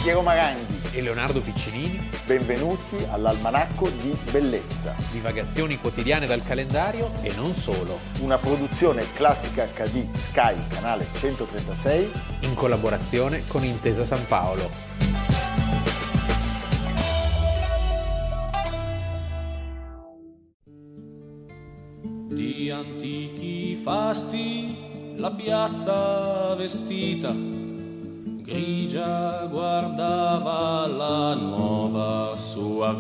Piero Maranghi e Leonardo Piccinini. Benvenuti all'Almanacco di Bellezza. Divagazioni quotidiane dal calendario e non solo. Una produzione Classica HD Sky, canale 136. In collaborazione con Intesa San Paolo. Di antichi fasti la piazza vestita, grigia guardava la nuova sua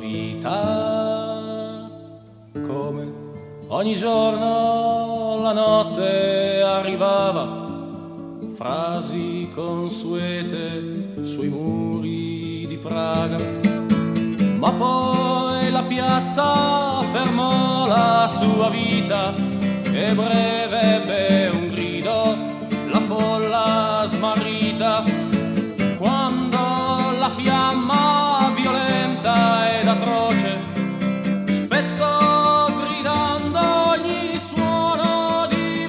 vita. Come ogni giorno la notte arrivava, frasi consuete sui muri di Praga. Ma poi la piazza fermò la sua vita e breve ebbe un grido, la folla smarrita, quando la fiamma violenta ed atroce spezzò gridando ogni suono di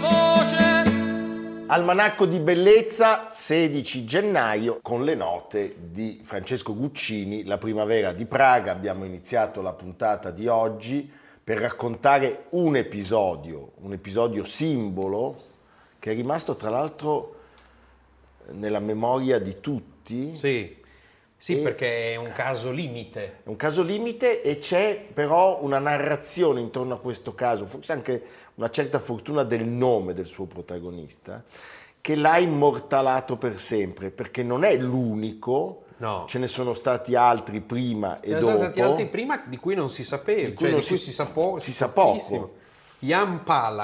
voce. Almanacco di Bellezza, 16 gennaio, con le note di Francesco Guccini, La primavera di Praga. Abbiamo iniziato la puntata di oggi per raccontare un episodio simbolo che è rimasto tra l'altro nella memoria di tutti. Sì, perché è un caso limite. È un caso limite e c'è però una narrazione intorno a questo caso, forse anche una certa fortuna del nome del suo protagonista, che l'ha immortalato per sempre, perché non è l'unico. No. Ce ne sono stati altri prima e dopo. Ce ne sono stati altri prima di cui non si sapeva, di cui si sa poco. Jan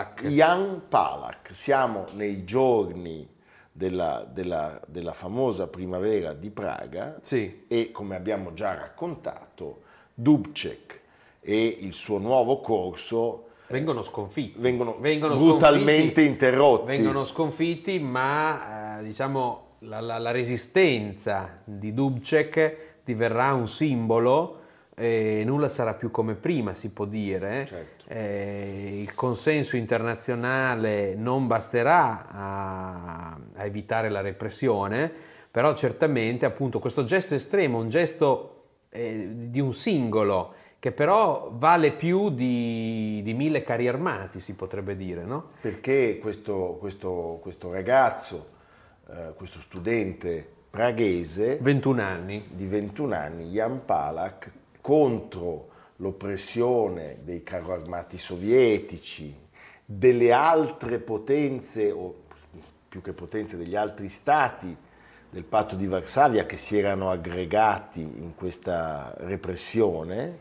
Palach. Siamo nei giorni della famosa primavera di Praga. Sì. E come abbiamo già raccontato, Dubček e il suo nuovo corso vengono sconfitti. Vengono brutalmente interrotti. Vengono sconfitti, ma diciamo la resistenza di Dubček diverrà un simbolo e nulla sarà più come prima, si può dire. Certo. Il consenso internazionale non basterà a evitare la repressione, però certamente appunto questo gesto estremo, un gesto di un singolo, che però vale più di 1000 carri armati, si potrebbe dire, no? Perché questo ragazzo, questo studente praghese 21 anni, di 21 anni, Jan Palach, contro l'oppressione dei carroarmati sovietici, delle altre potenze, o più che potenze, degli altri stati del patto di Varsavia che si erano aggregati in questa repressione,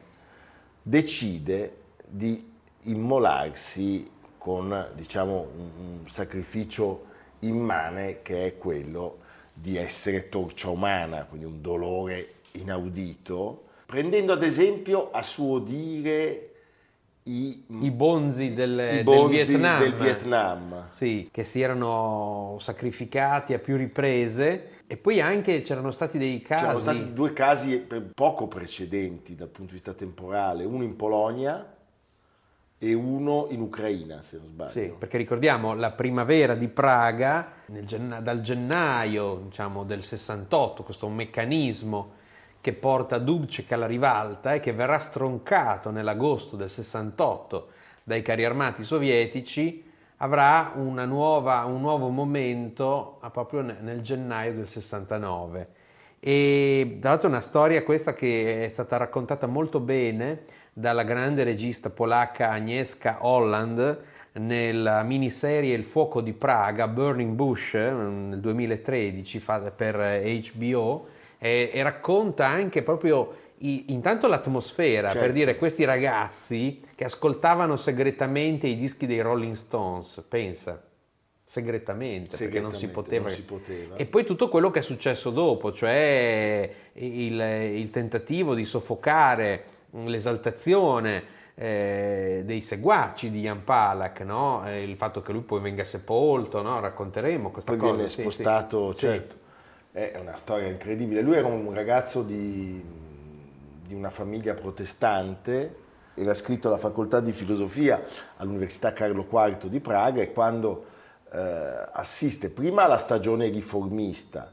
decide di immolarsi con, diciamo, un sacrificio immane, che è quello di essere torcia umana, quindi un dolore inaudito, prendendo ad esempio, a suo dire, i bonzi del Vietnam. Sì, che si erano sacrificati a più riprese. E poi anche c'erano stati dei casi. C'erano stati 2 casi poco precedenti dal punto di vista temporale, uno in Polonia e uno in Ucraina, se non sbaglio. Sì, perché ricordiamo la primavera di Praga, dal gennaio, diciamo, del 68, questo meccanismo che porta Dubček alla rivalta e che verrà stroncato nell'agosto del 68 dai carri armati sovietici, avrà un nuovo momento proprio nel gennaio del 69. E tra l'altro è una storia questa che è stata raccontata molto bene dalla grande regista polacca Agnieszka Holland nella miniserie Il fuoco di Praga, Burning Bush, nel 2013, fatta per HBO, e racconta anche proprio intanto l'atmosfera, certo, per dire, questi ragazzi che ascoltavano segretamente i dischi dei Rolling Stones, pensa, segretamente perché non si poteva. E poi tutto quello che è successo dopo, cioè il tentativo di soffocare l'esaltazione dei seguaci di Jan Palach, no? Il fatto che lui poi venga sepolto, no? Racconteremo questa poi cosa. Poi viene spostato, sì, certo. Sì. È una storia incredibile. Lui era un ragazzo di una famiglia protestante, era iscritto alla facoltà di filosofia all'Università Carlo IV di Praga, e quando assiste prima alla stagione riformista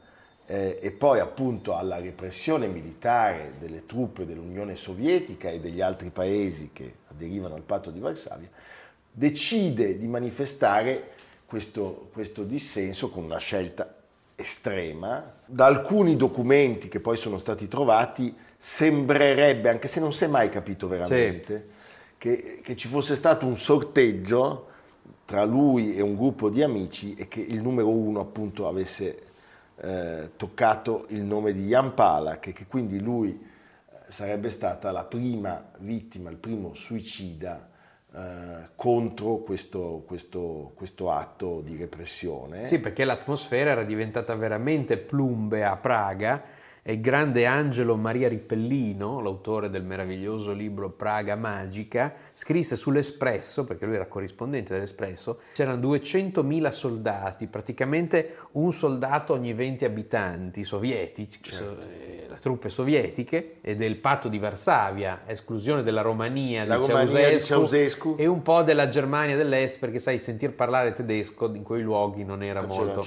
e poi appunto alla repressione militare delle truppe dell'Unione Sovietica e degli altri paesi che aderivano al patto di Varsavia, decide di manifestare questo dissenso con una scelta estrema. Da alcuni documenti che poi sono stati trovati sembrerebbe, anche se non si è mai capito veramente, che ci fosse stato un sorteggio tra lui e un gruppo di amici e che il numero uno appunto avesse toccato il nome di Jan Palach e che quindi lui sarebbe stata la prima vittima, il primo suicida contro questo atto di repressione. Sì, perché l'atmosfera era diventata veramente plumbea a Praga e il grande Angelo Maria Ripellino, l'autore del meraviglioso libro Praga Magica, scrisse sull'Espresso, perché lui era corrispondente dell'Espresso, c'erano 200.000 soldati, praticamente un soldato ogni 20 abitanti sovietici, le truppe sovietiche, e del patto di Varsavia, esclusione della Romania, di Ceausescu e un po' della Germania dell'Est, perché sai, sentir parlare tedesco in quei luoghi non era molto.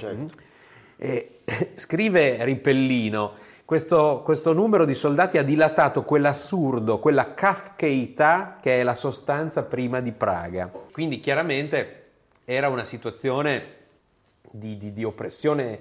E scrive Ripellino: questo numero di soldati ha dilatato quell'assurdo, quella kafkeità che è la sostanza prima di Praga. Quindi chiaramente era una situazione di oppressione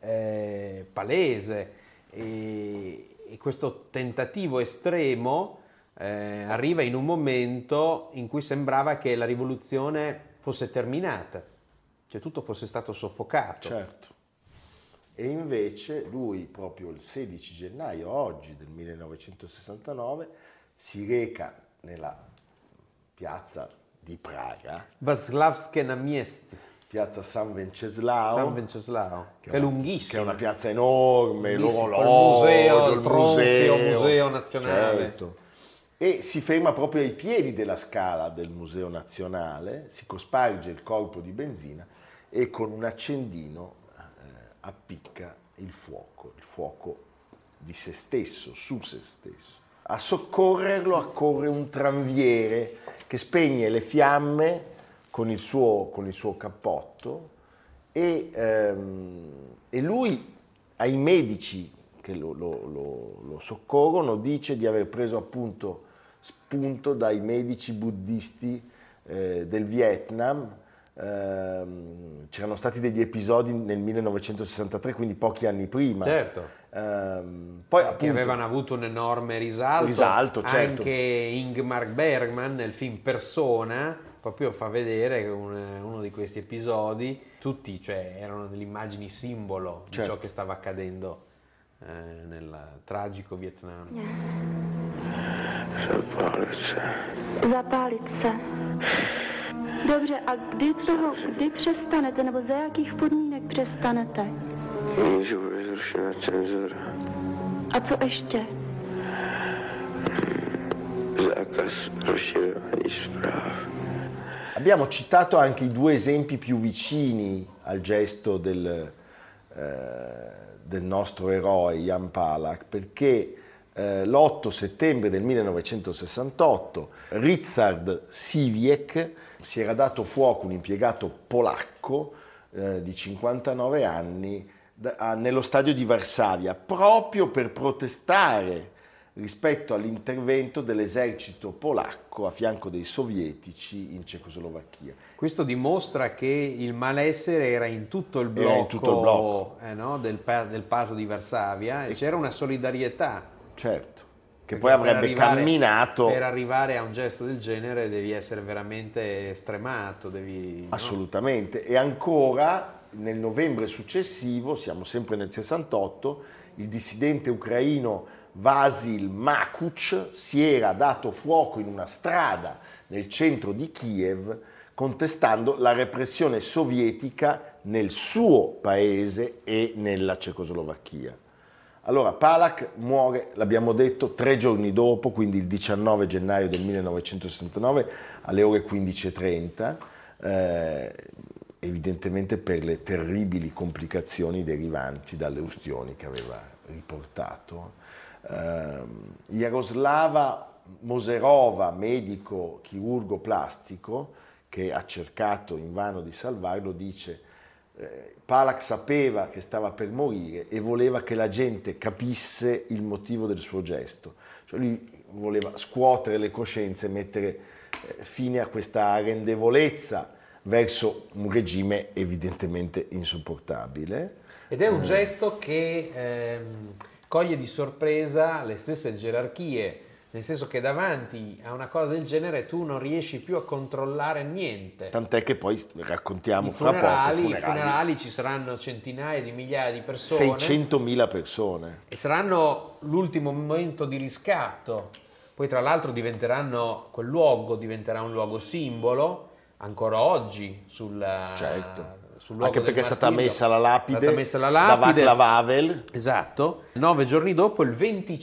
palese e questo tentativo estremo arriva in un momento in cui sembrava che la rivoluzione fosse terminata, cioè tutto fosse stato soffocato. Certo. E invece lui, proprio il 16 gennaio, oggi del 1969, si reca nella piazza di Praga, Václavské náměstí, piazza San Venceslao, che è lunghissima, che è una piazza enorme, l'orologio, il museo nazionale. Certo. E si ferma proprio ai piedi della scala del Museo Nazionale, si cosparge il corpo di benzina e con un accendino appicca il fuoco di se stesso, su se stesso. A soccorrerlo accorre un tranviere che spegne le fiamme con il suo cappotto e lui ai medici che lo soccorrono dice di aver preso appunto spunto dai medici buddisti del Vietnam. C'erano stati degli episodi nel 1963, quindi pochi anni prima. Certo. Poi appunto, che avevano avuto un enorme risalto. Certo. Anche Ingmar Bergman nel film Persona proprio fa vedere uno di questi episodi, tutti, cioè, erano delle immagini simbolo di ciò che stava accadendo nel tragico Vietnam. Zapálit se. Dobře, a kdy přestanete, nebo za jakých podmínek přestanete? Že bude zrušena cenzura. A co ještě? Zákaz rozšiřování zpráv. Abbiamo citato anche i due esempi più vicini al gesto del nostro eroe Jan Palach, perché l'8 settembre del 1968 Ryszard Siwiek si era dato fuoco, un impiegato polacco di 59 anni, nello stadio di Varsavia, proprio per protestare rispetto all'intervento dell'esercito polacco a fianco dei sovietici in Cecoslovacchia. Questo dimostra che il malessere era in tutto il blocco, del patto di Varsavia, e c'era una solidarietà. Certo, che poi avrebbe camminato. Per arrivare a un gesto del genere devi essere veramente stremato. Assolutamente. No? E ancora nel novembre successivo, siamo sempre nel 68, il dissidente ucraino Vasil Makuch si era dato fuoco in una strada nel centro di Kiev contestando la repressione sovietica nel suo paese e nella Cecoslovacchia. Allora Palach muore, l'abbiamo detto, 3 giorni dopo, quindi il 19 gennaio del 1969 alle ore 15:30, evidentemente per le terribili complicazioni derivanti dalle ustioni che aveva riportato. Jaroslava Moserova, medico chirurgo plastico, che ha cercato invano di salvarlo, dice: Palach sapeva che stava per morire e voleva che la gente capisse il motivo del suo gesto. Cioè lui voleva scuotere le coscienze e mettere fine a questa arrendevolezza verso un regime evidentemente insopportabile. Ed è un gesto che coglie di sorpresa le stesse gerarchie, nel senso che davanti a una cosa del genere tu non riesci più a controllare niente. Tant'è che poi raccontiamo I fra poco. funerali ci saranno centinaia di migliaia di persone. 600.000 persone. E saranno l'ultimo momento di riscatto. Poi tra l'altro quel luogo diventerà un luogo simbolo ancora oggi sul luogo Anche perché è stata messa la lapide, da Václav Havel. Esatto. 9 giorni dopo, il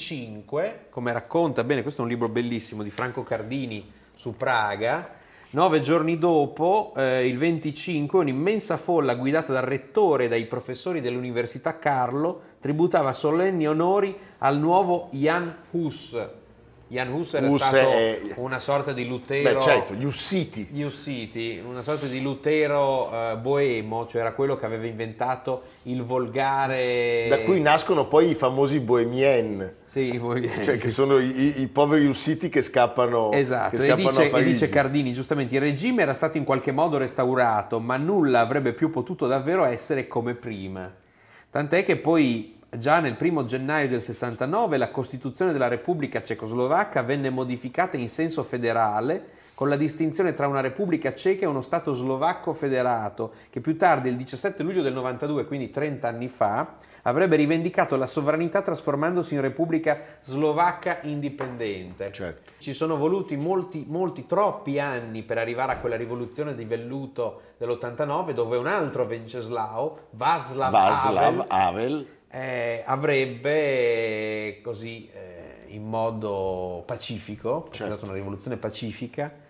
25, come racconta bene, questo è un libro bellissimo di Franco Cardini su Praga. 9 giorni dopo, il 25, un'immensa folla guidata dal rettore e dai professori dell'Università Carlo tributava solenni onori al nuovo Jan Hus. Jan Hus era stato una sorta di Lutero. Beh, certo, gli Ussiti, una sorta di Lutero boemo, cioè era quello che aveva inventato il volgare. Da cui nascono poi i famosi bohemien. Sì, i bohemien. Cioè, che sono i poveri Ussiti che scappano. Esatto, che scappano a Parigi. E dice Cardini, giustamente, il regime era stato in qualche modo restaurato, ma nulla avrebbe più potuto davvero essere come prima. Tant'è che poi già nel 1 gennaio del 69 la Costituzione della Repubblica Cecoslovacca venne modificata in senso federale con la distinzione tra una Repubblica Ceca e uno Stato slovacco federato che più tardi, il 17 luglio del 92, quindi 30 anni fa, avrebbe rivendicato la sovranità trasformandosi in Repubblica Slovacca indipendente. Certo. Ci sono voluti troppi anni per arrivare a quella rivoluzione di velluto dell'89 dove un altro Venceslao, Václav Havel, avrebbe così in modo pacifico, è stata una rivoluzione pacifica,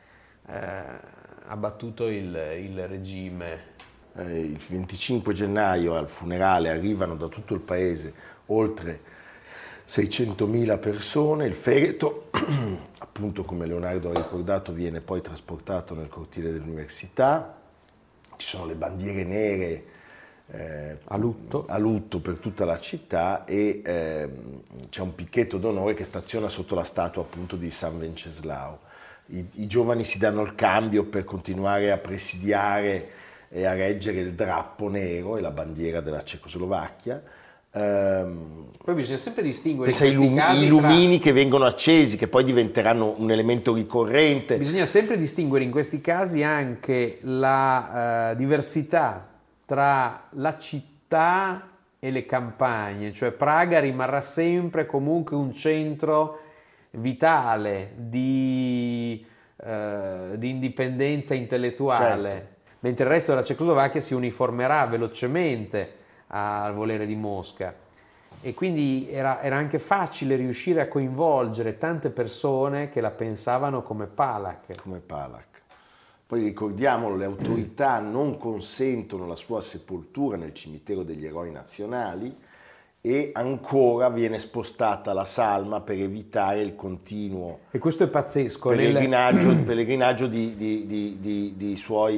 abbattuto il regime. Il 25 gennaio al funerale arrivano da tutto il paese oltre 600.000 persone, il feretro, appunto come Leonardo ha ricordato, viene poi trasportato nel cortile dell'università, ci sono le bandiere nere a lutto per tutta la città e c'è un picchetto d'onore che staziona sotto la statua appunto di San Venceslao. I giovani si danno il cambio per continuare a presidiare e a reggere il drappo nero e la bandiera della Cecoslovacchia. Poi bisogna sempre distinguere i lumini che vengono accesi, che poi diventeranno un elemento ricorrente. Bisogna sempre distinguere in questi casi anche la diversità tra la città e le campagne, cioè Praga rimarrà sempre comunque un centro vitale di indipendenza intellettuale, certo, mentre il resto della Cecoslovacchia si uniformerà velocemente al volere di Mosca e quindi era anche facile riuscire a coinvolgere tante persone che la pensavano come Palach. Poi ricordiamolo, le autorità non consentono la sua sepoltura nel cimitero degli eroi nazionali e ancora viene spostata la salma per evitare il continuo e questo è pazzesco pellegrinaggio di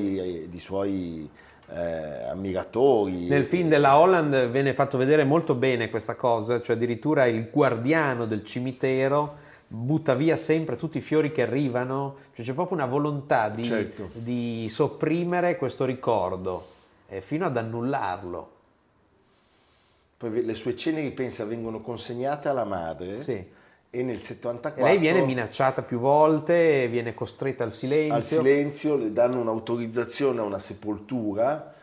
suoi ammiratori. Nel film della Holland viene fatto vedere molto bene questa cosa, cioè addirittura il guardiano del cimitero butta via sempre tutti i fiori che arrivano, cioè c'è proprio una volontà di sopprimere questo ricordo fino ad annullarlo. Poi le sue ceneri, pensa, vengono consegnate alla madre, sì, e nel 74 e lei viene minacciata più volte, viene costretta al silenzio. Le danno un'autorizzazione a una sepoltura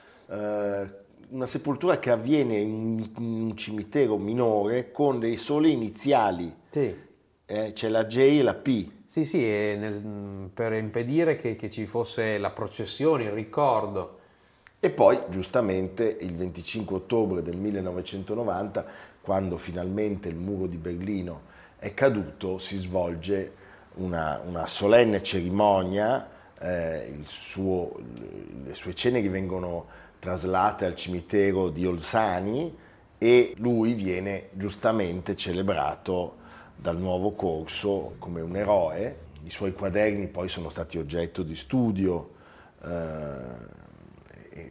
che avviene in un cimitero minore con le sole iniziali. Sì. C'è la J e la P. Sì, per impedire che ci fosse la processione, il ricordo. E poi, giustamente, il 25 ottobre del 1990, quando finalmente il muro di Berlino è caduto, si svolge una solenne cerimonia, le sue ceneri vengono traslate al cimitero di Olzani e lui viene giustamente celebrato dal nuovo corso come un eroe. I suoi quaderni poi sono stati oggetto di studio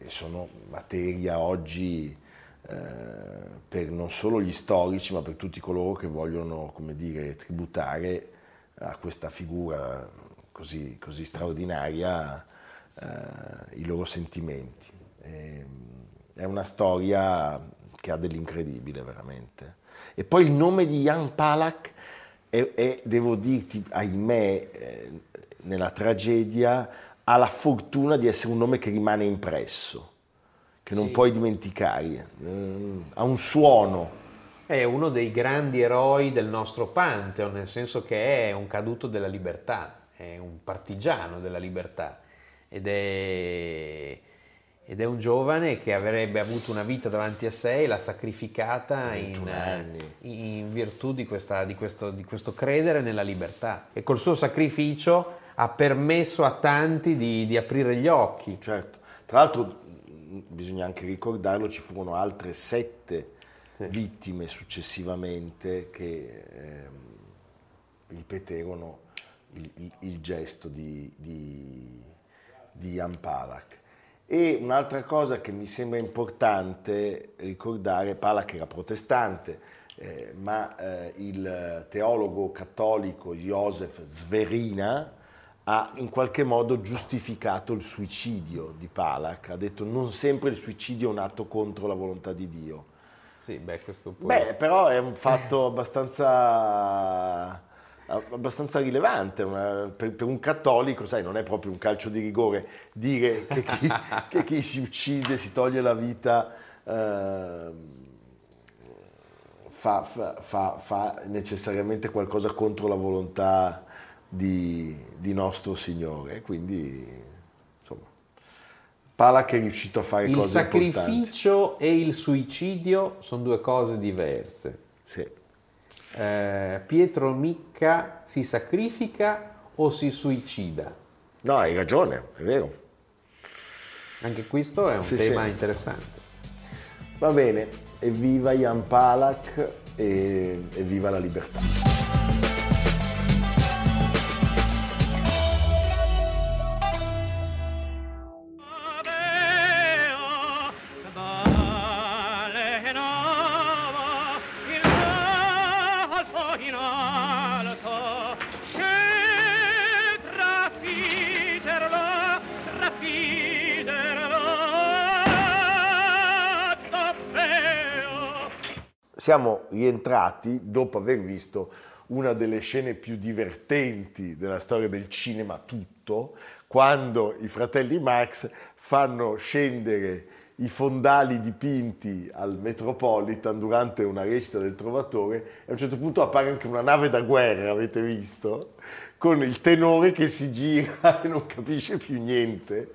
sono materia oggi per non solo gli storici, ma per tutti coloro che vogliono, come dire, tributare a questa figura così straordinaria i loro sentimenti. È una storia che ha dell'incredibile, veramente. E poi il nome di Jan Palach devo dirti, ahimè, nella tragedia, ha la fortuna di essere un nome che rimane impresso, che non puoi dimenticare, ha un suono. È uno dei grandi eroi del nostro Pantheon, nel senso che è un caduto della libertà, è un partigiano della libertà ed è un giovane che avrebbe avuto una vita davanti a sé e l'ha sacrificata in virtù di questo credere nella libertà. E col suo sacrificio ha permesso a tanti di aprire gli occhi. Certo. Tra l'altro bisogna anche ricordarlo, ci furono altre 7 vittime successivamente che ripeterono il gesto di Jan Palach. E un'altra cosa che mi sembra importante ricordare, Palach era protestante, ma il teologo cattolico Josef Zverina ha in qualche modo giustificato il suicidio di Palach, ha detto non sempre il suicidio è un atto contro la volontà di Dio. Sì, questo però è un fatto abbastanza rilevante per un cattolico, sai, non è proprio un calcio di rigore dire che chi si uccide, si toglie la vita, fa necessariamente qualcosa contro la volontà di nostro Signore. Quindi insomma Palach è riuscito a fare cose importanti. Il sacrificio e il suicidio sono 2 cose diverse. Sì. Pietro Micca si sacrifica o si suicida? No, hai ragione, è vero. Anche questo è un tema interessante. Va bene, evviva Jan Palach e viva la libertà. Siamo rientrati dopo aver visto una delle scene più divertenti della storia del cinema tutto, quando i fratelli Marx fanno scendere i fondali dipinti al Metropolitan durante una recita del Trovatore e a un certo punto appare anche una nave da guerra, avete visto? Con il tenore che si gira e non capisce più niente.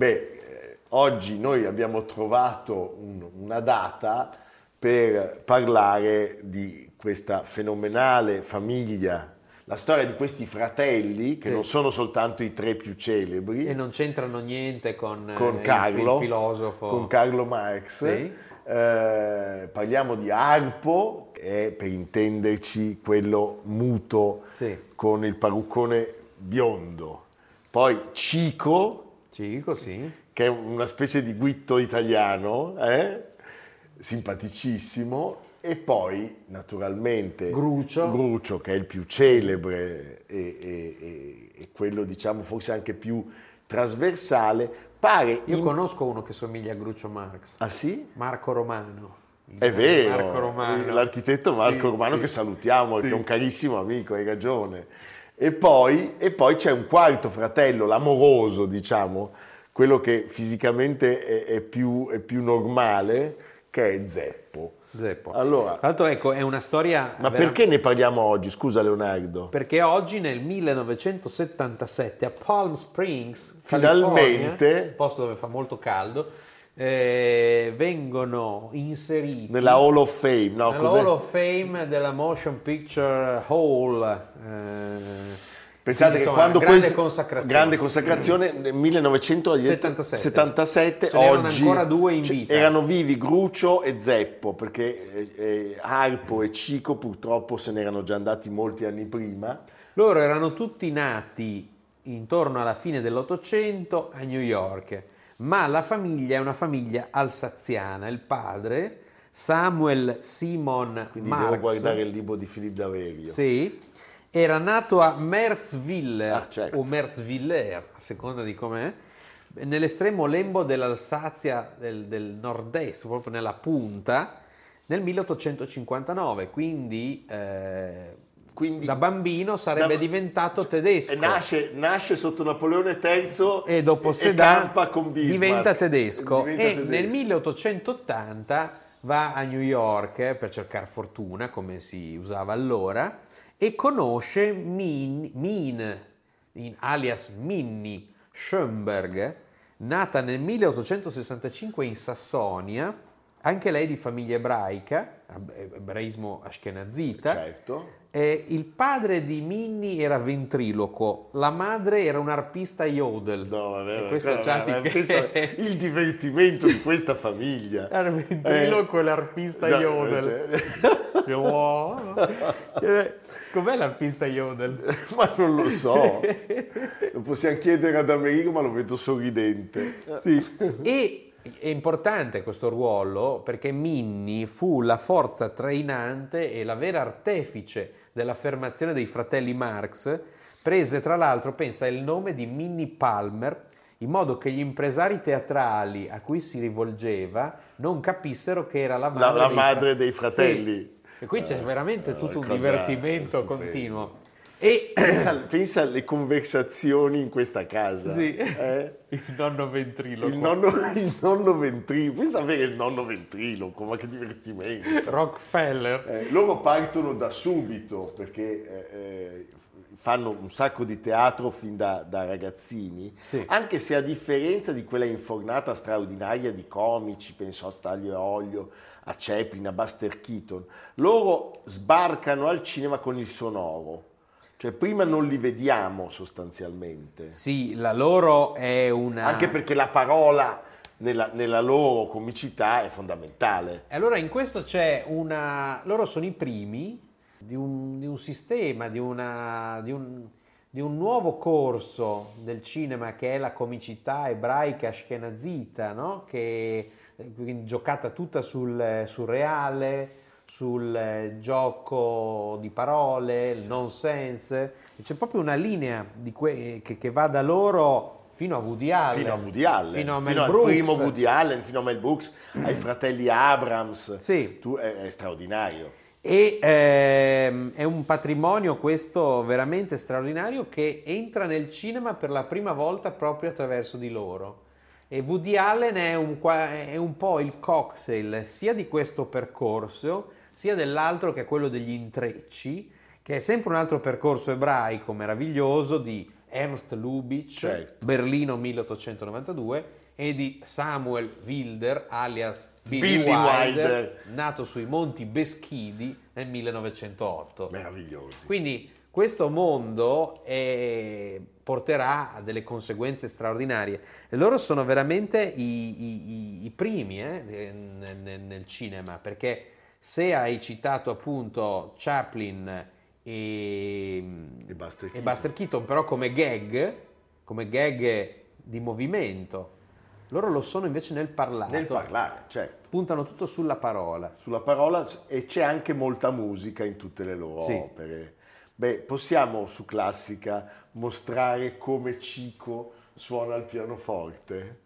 Oggi noi abbiamo trovato una data per parlare di questa fenomenale famiglia, la storia di questi fratelli che non sono soltanto i 3 più celebri e non c'entrano niente con Carlo, il filosofo, con Carlo Marx. Sì. Parliamo di Harpo, che è, per intenderci, quello muto con il parruccone biondo, poi Cico, sì, che è una specie di Guitto italiano, simpaticissimo, e poi naturalmente Grucio, che è il più celebre e quello, diciamo, forse anche più trasversale. Io conosco uno che somiglia a Grucio Marx. Ah sì? Marco Romano. È vero, Marco Romano. L'architetto Marco Romano, che salutiamo, che è un carissimo amico, hai ragione. E poi c'è un quarto fratello, l'amoroso, diciamo, quello che fisicamente è più normale, che è Zeppo. Allora, tra l'altro, ecco, è una storia... Ma perché ne parliamo oggi? Scusa Leonardo. Perché oggi, nel 1977, a Palm Springs, finalmente, California, posto dove fa molto caldo, vengono inseriti nella Hall of Fame, no? Hall of Fame della Motion Picture Hall. Pensate che quando grande consacrazione nel 1977, oggi erano ancora 2 in vita. Erano vivi Grucio e Zeppo, perché Harpo e Cico purtroppo se ne erano già andati molti anni prima. Loro erano tutti nati intorno alla fine dell'Ottocento a New York, ma la famiglia è una famiglia alsaziana. Il padre, Samuel Simon Quindi Marx, devo guardare il libro di Philippe Daverio. sì, era nato a Merzwiller certo. o Merzwiller, a seconda di com'è, nell'estremo lembo dell'Alsazia del nord-est, proprio nella punta, nel 1859, quindi da bambino sarebbe diventato tedesco. Nasce sotto Napoleone III E dopo e Sedan campa con Bismarck. diventa tedesco. Diventa E tedesco. nel 1880 va a New York per cercare fortuna, come si usava allora, e conosce alias Minnie Schönberg, nata nel 1865 in Sassonia, anche lei di famiglia ebraica, ebraismo ashkenazita. Certo. Il padre di Minnie era ventriloquo, la madre era un arpista yodel. No, è vero, E questo già pensa il divertimento di questa famiglia. Era il ventriloquo e l'arpista yodel. Com'è l'arpista yodel? Ma non lo so, lo possiamo chiedere ad Amerigo, ma lo vedo sorridente. Sì. E è importante questo ruolo perché Minnie fu la forza trainante e la vera artefice dell'affermazione dei fratelli Marx, prese tra l'altro, pensa, il nome di Minnie Palmer, in modo che gli impresari teatrali a cui si rivolgeva non capissero che era la madre dei fratelli. Sì. E qui c'è veramente tutto un cosa divertimento stupenda. continuo. E pensa alle conversazioni in questa casa. sì, il nonno ventriloquo. Il nonno ventriloquo. Pensa avere il nonno ventriloquo, ma che divertimento. Rockefeller. Loro partono da subito perché fanno un sacco di teatro fin da ragazzini, Sì. Anche se a differenza di quella infornata straordinaria di comici, penso a Stanlio e Olio, a Chaplin, a Buster Keaton, loro sbarcano al cinema con il sonoro. Cioè prima non li vediamo sostanzialmente. Sì, la loro è una... Anche perché la parola nella loro comicità è fondamentale. E allora in questo c'è una... Loro sono i primi di un sistema, di un nuovo corso del cinema che è la comicità ebraica ashkenazita, no? Che è giocata tutta sul surreale, sul gioco di parole, il nonsense. E c'è proprio una linea che va da loro fino a Woody Allen. Fino a Mel fino al Brooks. primo Woody Allen, fino a Mel Brooks, ai fratelli Abrams. Sì. È straordinario. E è un patrimonio questo veramente straordinario che entra nel cinema per la prima volta proprio attraverso di loro. E Woody Allen è un po' il cocktail sia di questo percorso, sia dell'altro che è quello degli intrecci, che è sempre un altro percorso ebraico meraviglioso di Ernst Lubitsch, Certo. Berlino 1892, e di Samuel Wilder, alias Billy Billy Wilder, Wilder, nato sui Monti Beschidi nel 1908. Meravigliosi. Quindi questo mondo porterà a delle conseguenze straordinarie. E loro sono veramente i primi nel cinema, perché se hai citato appunto Chaplin e Buster Keaton, però come gag di movimento, loro lo sono invece nel parlato. Nel parlare, certo. Puntano tutto sulla parola. Sulla parola, e c'è anche molta musica in tutte le loro Sì. opere. Beh, possiamo su Classica mostrare come Cico suona il pianoforte?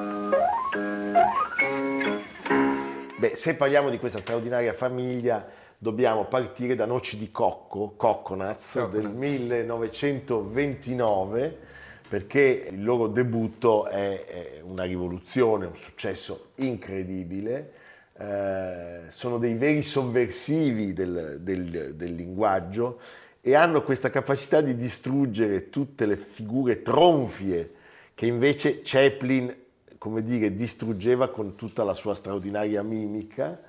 Beh, se parliamo di questa straordinaria famiglia, dobbiamo partire da Noci di Cocco, Coconuts, del 1929, perché il loro debutto è una rivoluzione, un successo incredibile. Sono dei veri sovversivi del linguaggio e hanno questa capacità di distruggere tutte le figure tronfie che invece Chaplin, come dire, distruggeva con tutta la sua straordinaria mimica,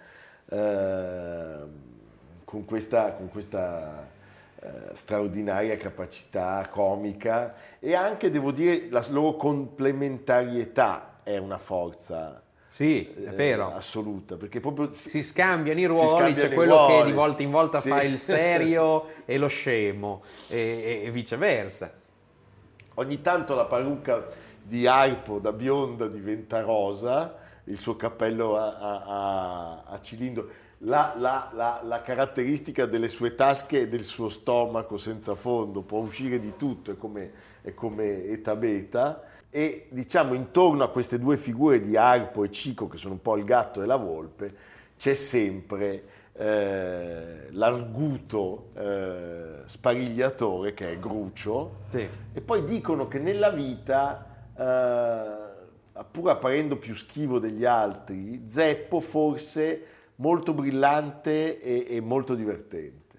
con questa straordinaria capacità comica, e anche, devo dire, la loro complementarietà è una forza. Sì, è vero. Assoluta, perché proprio si scambiano i ruoli, c'è quello che di volta in volta fa il serio e lo scemo e viceversa. Ogni tanto la parrucca di Harpo da bionda diventa rosa, il suo cappello a cilindro, la caratteristica delle sue tasche e del suo stomaco senza fondo, può uscire di tutto, è come Eta Beta. E diciamo intorno a queste due figure di Harpo e Cico, che sono un po' il gatto e la volpe, c'è sempre l'arguto sparigliatore che è Grucio. Sì. E poi dicono che nella vita, pur apparendo più schivo degli altri, Zeppo forse molto brillante e molto divertente.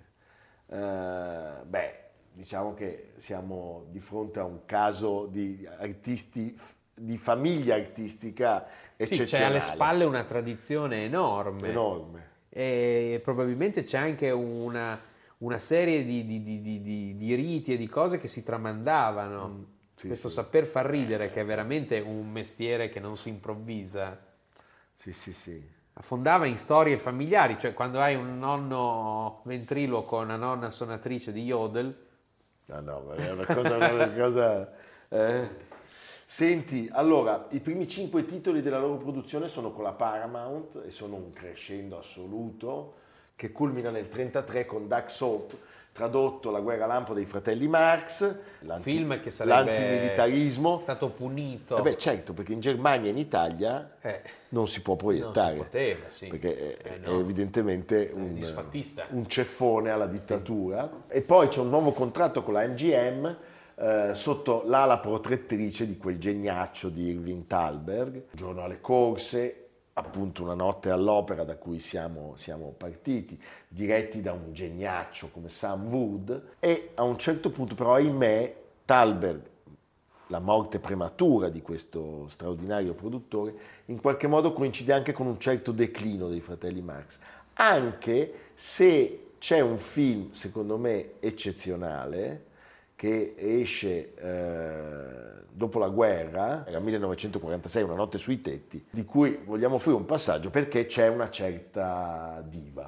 Diciamo che siamo di fronte a un caso di artisti, di famiglia artistica eccezionale. Sì, c'è alle spalle una tradizione enorme. Enorme. E probabilmente c'è anche una serie di riti e di cose che si tramandavano. Questo saper far ridere, che è veramente un mestiere che non si improvvisa. Sì. Affondava in storie familiari, cioè quando hai un nonno ventriloquo o una nonna suonatrice di yodel. No, è una cosa Senti, allora, i primi 5 titoli della loro produzione sono con la Paramount e sono un crescendo assoluto che culmina nel 1933 con Duck Soap, tradotto La guerra lampo dei fratelli Marx, film che sarebbe l'antimilitarismo. Stato punito. Certo, perché in Germania e in Italia non si può proiettare. Non si poteva, sì. Perché è evidentemente un ceffone alla dittatura. E poi c'è un nuovo contratto con la MGM sotto l'ala protettrice di quel geniaccio di Irving Thalberg, Un giorno alle corse, appunto Una notte all'opera, da cui siamo partiti, diretti da un geniaccio come Sam Wood. E a un certo punto però, ahimè, Thalberg, la morte prematura di questo straordinario produttore, in qualche modo coincide anche con un certo declino dei fratelli Marx, anche se c'è un film secondo me eccezionale che esce dopo la guerra, era 1946, Una notte sui tetti, di cui vogliamo offrire un passaggio perché c'è una certa diva.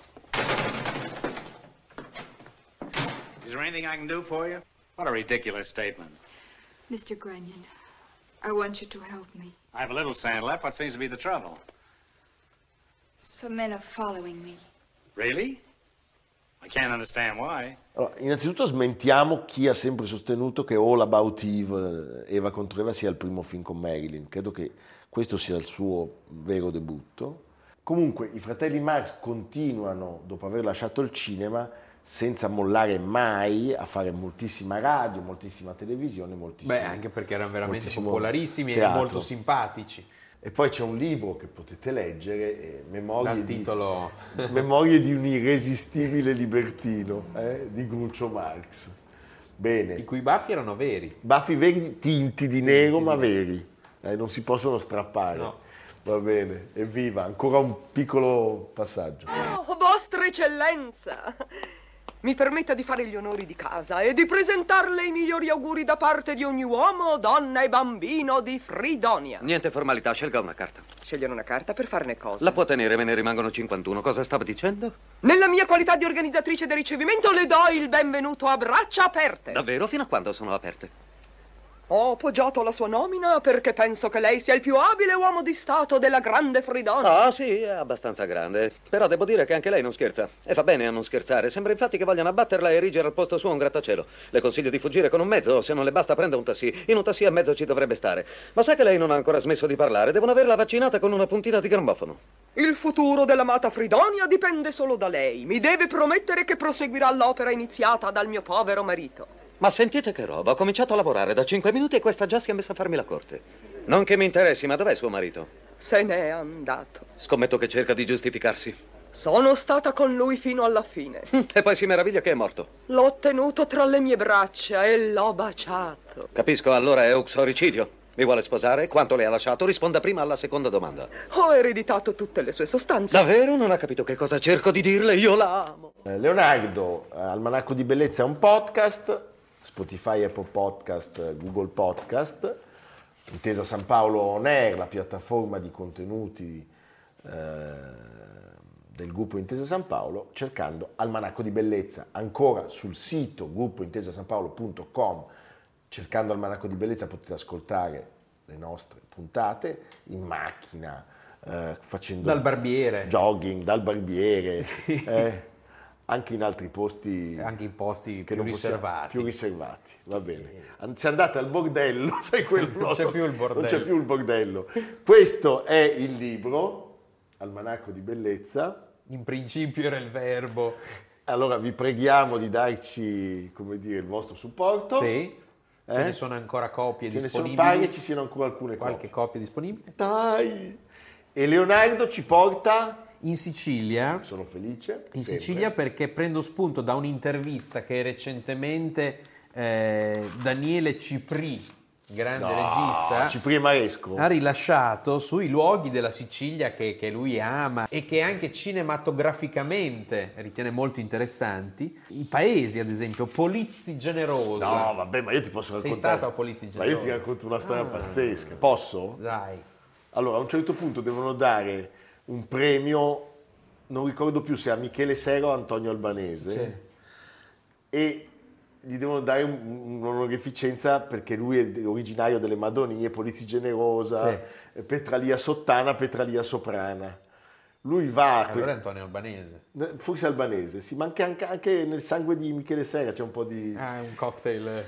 Is there anything I can do for you? What a ridiculous statement. Mr. Grunion, I want you to help me. I have a little sand left. What seems to be the trouble? Some men are following me. Really? I can't understand why. Allora, innanzitutto smentiamo chi ha sempre sostenuto che All About Eve, Eva contro Eva, sia il primo film con Marilyn. Credo che questo sia il suo vero debutto. Comunque i fratelli Marx continuano, dopo aver lasciato il cinema, senza mollare mai, a fare moltissima radio, moltissima televisione, moltissimo. Anche perché erano veramente popolarissimi teatro. E molto simpatici. E poi c'è un libro che potete leggere, Memorie di un irresistibile libertino, di Groucho Marx. Bene. I cui baffi erano veri. Baffi veri, tinti di nero, ma veri. Non si possono strappare. No. Va bene, evviva. Ancora un piccolo passaggio. Oh, Vostra Eccellenza! Mi permetta di fare gli onori di casa e di presentarle i migliori auguri da parte di ogni uomo, donna e bambino di Fridonia. Niente formalità, scelga una carta. Scegliere una carta per farne cosa? La può tenere, me ne rimangono 51. Cosa stava dicendo? Nella mia qualità di organizzatrice del ricevimento le do il benvenuto a braccia aperte. Davvero? Fino a quando sono aperte? Ho appoggiato la sua nomina perché penso che lei sia il più abile uomo di Stato della grande Fridonia. Ah, sì, è abbastanza grande. Però devo dire che anche lei non scherza. E fa bene a non scherzare. Sembra infatti che vogliano abbatterla e erigere al posto suo un grattacielo. Le consiglio di fuggire con un mezzo, se non le basta prenda un taxi. In un taxi a mezzo ci dovrebbe stare. Ma sa che lei non ha ancora smesso di parlare? Devono averla vaccinata con una puntina di grammofono. Il futuro dell'amata Fridonia dipende solo da lei. Mi deve promettere che proseguirà l'opera iniziata dal mio povero marito. Ma sentite che roba, ho cominciato a lavorare da 5 minuti e questa già si è messa a farmi la corte. Non che mi interessi, ma dov'è suo marito? Se n'è andato. Scommetto che cerca di giustificarsi. Sono stata con lui fino alla fine. E poi si meraviglia che è morto. L'ho tenuto tra le mie braccia e l'ho baciato. Capisco, allora è uxoricidio. Mi vuole sposare? Quanto le ha lasciato? Risponda prima alla seconda domanda. Ho ereditato tutte le sue sostanze. Davvero? Non ha capito che cosa cerco di dirle? Io la amo. Leonardo, Almanacco di Bellezza è un podcast, Spotify, Apple Podcast, Google Podcast, Intesa San Paolo On Air, la piattaforma di contenuti del gruppo Intesa San Paolo, cercando Almanacco di Bellezza. Ancora sul sito gruppointesasanpaolo.com, cercando Almanacco di Bellezza potete ascoltare le nostre puntate in macchina, facendo dal barbiere, jogging, dal barbiere, sì. Anche in altri posti, anche in posti che più riservati. Più riservati, va bene. Se andate al bordello, sai quello non c'è più il bordello. Non c'è più il bordello. Questo è il libro, Almanacco di Bellezza. In principio era il verbo. Allora vi preghiamo di darci, come dire, il vostro supporto. Sì. Ce ne sono ancora copie disponibili. Pare che ci siano ancora alcune qualche copia disponibile. Dai! E Leonardo ci porta in Sicilia. Sono felice. In Sicilia perché prendo spunto da un'intervista che recentemente Daniele Cipri, grande regista, Cipri e Maresco, ha rilasciato sui luoghi della Sicilia che lui ama e che anche cinematograficamente ritiene molto interessanti. I paesi, ad esempio, Polizzi Generosa. No, vabbè, ma io ti posso raccontare. Sei stato a Polizzi Generosa? Ma io ti racconto una storia pazzesca. Posso? Dai. Allora, a un certo punto devono dare un premio, non ricordo più se a Michele Sera o Antonio Albanese, sì. E gli devono dare un'onorificenza perché lui è originario delle Madonie, Polizzi Generosa, sì. Petralia Sottana, Petralia Soprana. Lui va... Allora è Antonio Albanese. Forse Albanese, sì, ma anche nel sangue di Michele Sera c'è un po' di... un cocktail.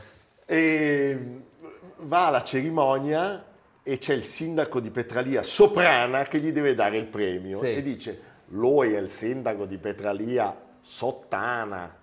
E va alla cerimonia e c'è il sindaco di Petralia Soprana che gli deve dare il premio, sì. E dice, lui è il sindaco di Petralia Sottana.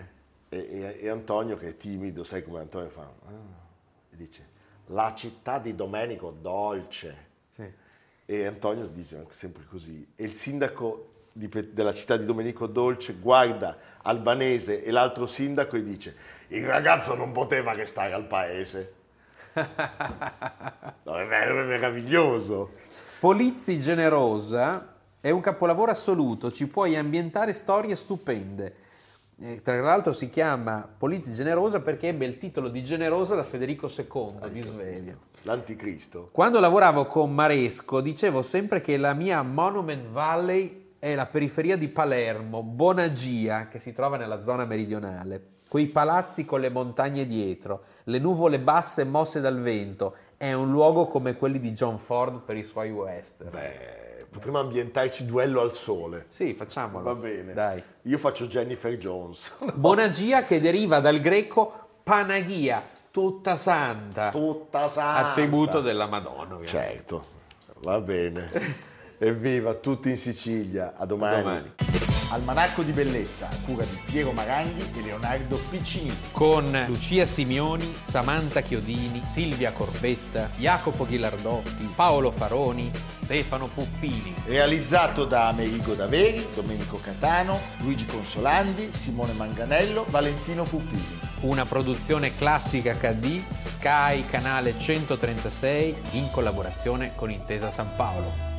E Antonio, che è timido, sai come Antonio fa? E dice, la città di Domenico Dolce. Sì. E Antonio dice sempre così. E il sindaco della città di Domenico Dolce guarda Albanese e l'altro sindaco e dice, il ragazzo non poteva che stare al paese. No, è meraviglioso. Polizzi Generosa è un capolavoro assoluto, ci puoi ambientare storie stupende. Tra l'altro si chiama Polizzi Generosa perché ebbe il titolo di Generosa da Federico II di Svevia, l'anticristo. Quando lavoravo con Maresco dicevo sempre che la mia Monument Valley è la periferia di Palermo, Bonagia, che si trova nella zona meridionale. Quei palazzi con le montagne dietro, le nuvole basse mosse dal vento, è un luogo come quelli di John Ford per i suoi western. Potremmo ambientarci Duello al sole. Sì, facciamolo. Va bene. Dai. Io faccio Jennifer Jones. Bonagia, che deriva dal greco Panagia, tutta santa. Tutta santa. Attributo della Madonna, ovviamente. Certo, va bene. Evviva, tutti in Sicilia. A domani. Almanacco di Bellezza, a cura di Piero Maranghi e Leonardo Piccini. Con Lucia Simioni, Samantha Chiodini, Silvia Corbetta, Jacopo Ghilardotti, Paolo Faroni, Stefano Puppini. Realizzato da Amerigo Daveri, Domenico Catano, Luigi Consolandi, Simone Manganello, Valentino Puppini. Una produzione Classica HD, Sky, canale 136, in collaborazione con Intesa San Paolo.